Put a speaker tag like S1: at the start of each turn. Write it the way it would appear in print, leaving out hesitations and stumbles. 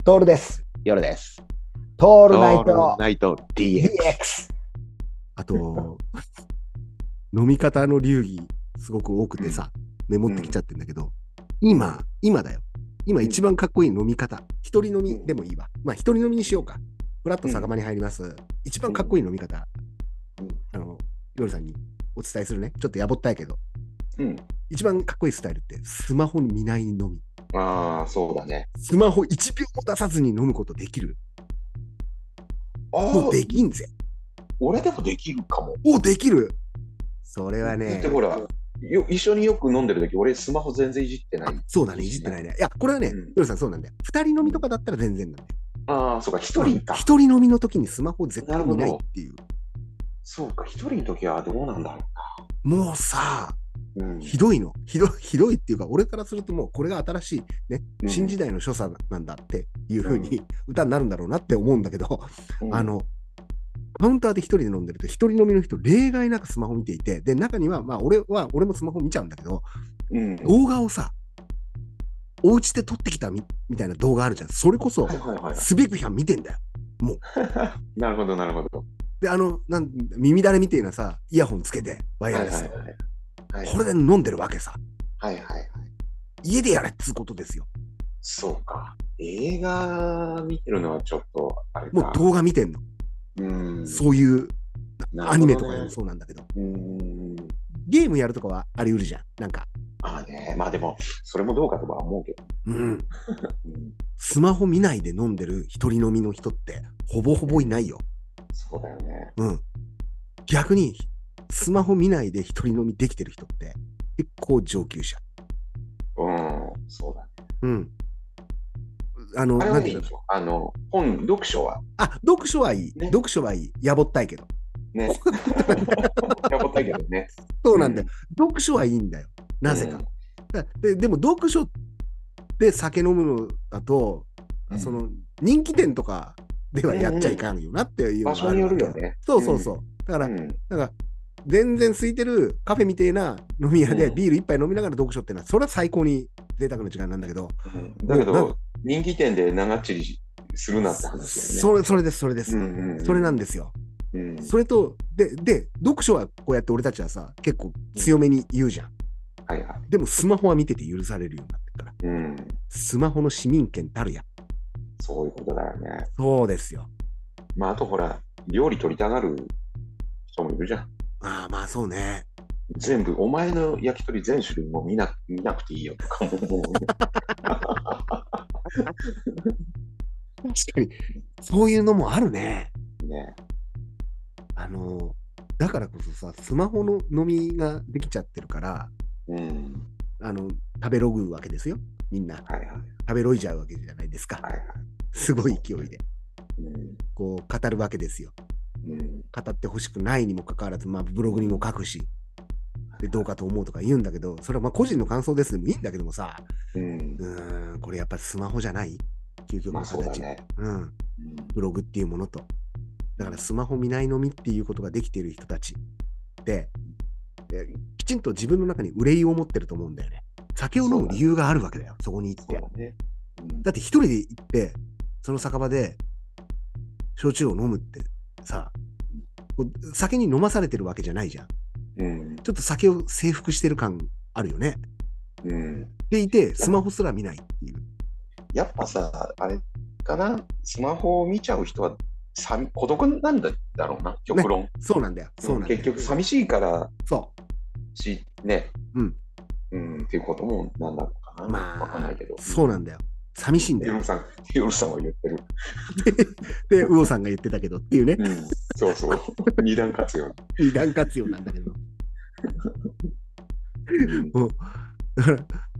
S1: トールです。
S2: 夜です。
S1: トールナイ
S2: オール
S1: ト
S2: ナイト DX。
S1: DX。あと、飲み方の流儀、すごく多く
S2: うん、
S1: てさ、メモ
S2: うん、
S1: ってきちゃってんだけど、
S2: うん、
S1: 今だよ。今
S2: うん、
S1: 一番かっこいい飲み方。一人飲み
S2: うん、
S1: でもいいわ。まあ一人飲みにしようか。フラッと
S2: うん、
S1: 酒場に入ります。一番かっこ
S2: うん、
S1: いい飲み方、あの、夜さんにお伝えするね。ちょっとやぼったいけど、
S2: うん。
S1: 一番かっこいいスタイルって、スマホに見ない飲み。
S2: ああ、そうだね。
S1: スマホ1秒も出さずに飲むことできる。もう
S2: ああ、
S1: できんぜ。
S2: 俺でもできるかも。
S1: お、できる。それはね、
S2: だってほら、一緒によく飲んでるとき、俺スマホ全然いじってな
S1: あ、
S2: い
S1: そうだね、いじ
S2: しね。
S1: ってないね。いや、これはね、
S2: うん、
S1: ヨルさんそうなんだよ。二人飲
S2: うん。
S1: みとかだったら全然なんだよ。
S2: ああ、そうか、一
S1: うん。
S2: 人か。
S1: 一人飲みの時にスマホ絶対見ないっ
S2: なるほど。
S1: ていう。
S2: そうか、一人のときはどうなんだろ
S1: もうさ、
S2: う。うん、
S1: ひどいの。ひどいっていうか、俺からするともうこれが新しい、ね、
S2: うん、
S1: 新時代の所作なんだっていう
S2: うん、
S1: 風に歌になるんだろうなって思うんだけど、
S2: うん、
S1: あの、カウンターで一人で飲んでると、一人飲みの人、例外なくスマホ見ていて、で、中には、まあ、俺もスマホ見ちゃうんだけど、
S2: うん。
S1: 動画をさ、お家で撮ってきたみたいな動画あるじゃん。それこそ、
S2: はいはいはい。
S1: すべくひゃん見てんだよ。もう。
S2: なるほど、なるほど。
S1: で、耳だれみたいなさ、イヤホンつけて、ワイヤ
S2: はい
S1: レスの。
S2: はいはい。はい
S1: これで
S2: はい。
S1: 飲んでるわけさ。
S2: はいはいはい。
S1: 家でやれっつうことですよ。
S2: そうか。映画見てるのはちょっと、あれか。
S1: もう動画見てんの。
S2: うーん。
S1: そういう
S2: なる
S1: アニ
S2: ほどね。
S1: メとかでもそうなんだけど。
S2: うーん。
S1: ゲームやるとかはあり得るじゃん。なんか。
S2: まあね。まあでも、それもどうかとは思うけど。
S1: うん。
S2: うん。
S1: スマホ見ないで飲んでる一人飲みの人って、ほぼほ
S2: うん。
S1: ぼいないよ。
S2: そうだよね。
S1: うん。逆に、スマホ見ないで一人飲みできてる人って、結構上級者。
S2: うん。そうだね。
S1: うん。
S2: あれ
S1: なんていうかな。
S2: はいいでしょ。読書は。
S1: あ、読書はいい。
S2: ね。
S1: 読書はいい。やぼったいけど。
S2: ね。やぼったいけどね。
S1: そうなんだよ。
S2: うん。
S1: 読書はいいんだよ。なぜか。
S2: うん。
S1: でも読書で酒飲むのだと、
S2: うん。
S1: その人気店とかでは
S2: うん
S1: やっちゃい
S2: うん。
S1: かんよなっていうのが
S2: 場所によ
S1: あるわけよ。
S2: るよね。
S1: そう
S2: うん。
S1: そうそう。
S2: うん。
S1: だから全然空いてるカフェみたいな飲み屋で
S2: うん。
S1: ビール一杯飲みながら読書ってのは、それは最高に贅沢な時間なんだけど、
S2: うん。だけ
S1: もう
S2: ど、人気店で長っちりするなって話だよね。
S1: それです、それです。
S2: うんうん
S1: それなん
S2: うん
S1: ですよ。
S2: うん。
S1: それと、読書はこうやって俺たちはさ、結構
S2: うん。
S1: 強めに言うじゃん。
S2: はいはい。
S1: でもスマホは見てて許されるようになってるから。
S2: うん。
S1: スマホの市民権たるや。
S2: そういうことだよね。
S1: そうですよ。
S2: まあ、あとほら、料理取りたがる人もいるじゃん。
S1: ああ、まあそうね。
S2: 全部、お前の焼き鳥全種類も見なくていいよとかも思うね。
S1: 確かに。そういうのもあるね。
S2: ね。
S1: あの、だからこそさ、スマホの飲みができちゃってるから、
S2: うん。
S1: あの、食べログわけですよ。みんな。
S2: はいはい。
S1: 食べロいじゃうわけじゃないですか。
S2: はいはい。
S1: すごい
S2: そうね。
S1: 勢いで。
S2: うん。
S1: こう、語るわけですよ。
S2: うん。
S1: 語ってほしくないにもかかわらず、まあ、ブログにも書くし、で、どうかと思うとか言うんだけど、それはまあ個人の感想ですでもいいんだけどもさ、
S2: うん。
S1: これやっぱりスマホじゃない究極
S2: まあ
S1: の形。
S2: そうだね。
S1: うん。
S2: うん。
S1: ブログっていうものと。だから
S2: うん。
S1: スマホ見ないのみっていうことができている人たちって、きちんと自分の中に憂いを持ってると思うんだよね。酒を飲
S2: そうだね。
S1: む理由があるわけだよ、そこに行って。
S2: そうだね。うん。
S1: だって一人で行って、その酒場で焼酎を飲むってさ、酒に飲まされてるわけじゃないじゃん。
S2: うん。
S1: ちょっと酒を征服してる感あるよね。
S2: うん。
S1: でいて、
S2: や
S1: スマホすら見ないっていう。
S2: やっぱさ、あれかな、スマホを見ちゃう人は孤独なんだろうな、極
S1: ね。
S2: 論。
S1: そうなんだよ。
S2: うん、
S1: そうなんだよ。
S2: 結局寂しいから
S1: そ
S2: ね、
S1: う。うん。
S2: うん、っていうこともなんだろうかな。わかんな
S1: まあ、
S2: いけど。うん、
S1: そうなんだよ。寂しいんだよ。
S2: 夜さんは言ってる。
S1: で、ウオさんが言ってたけどっていうね。
S2: うん、そうそう。二段活用。
S1: 二段活用なんだけど。
S2: うん、
S1: もう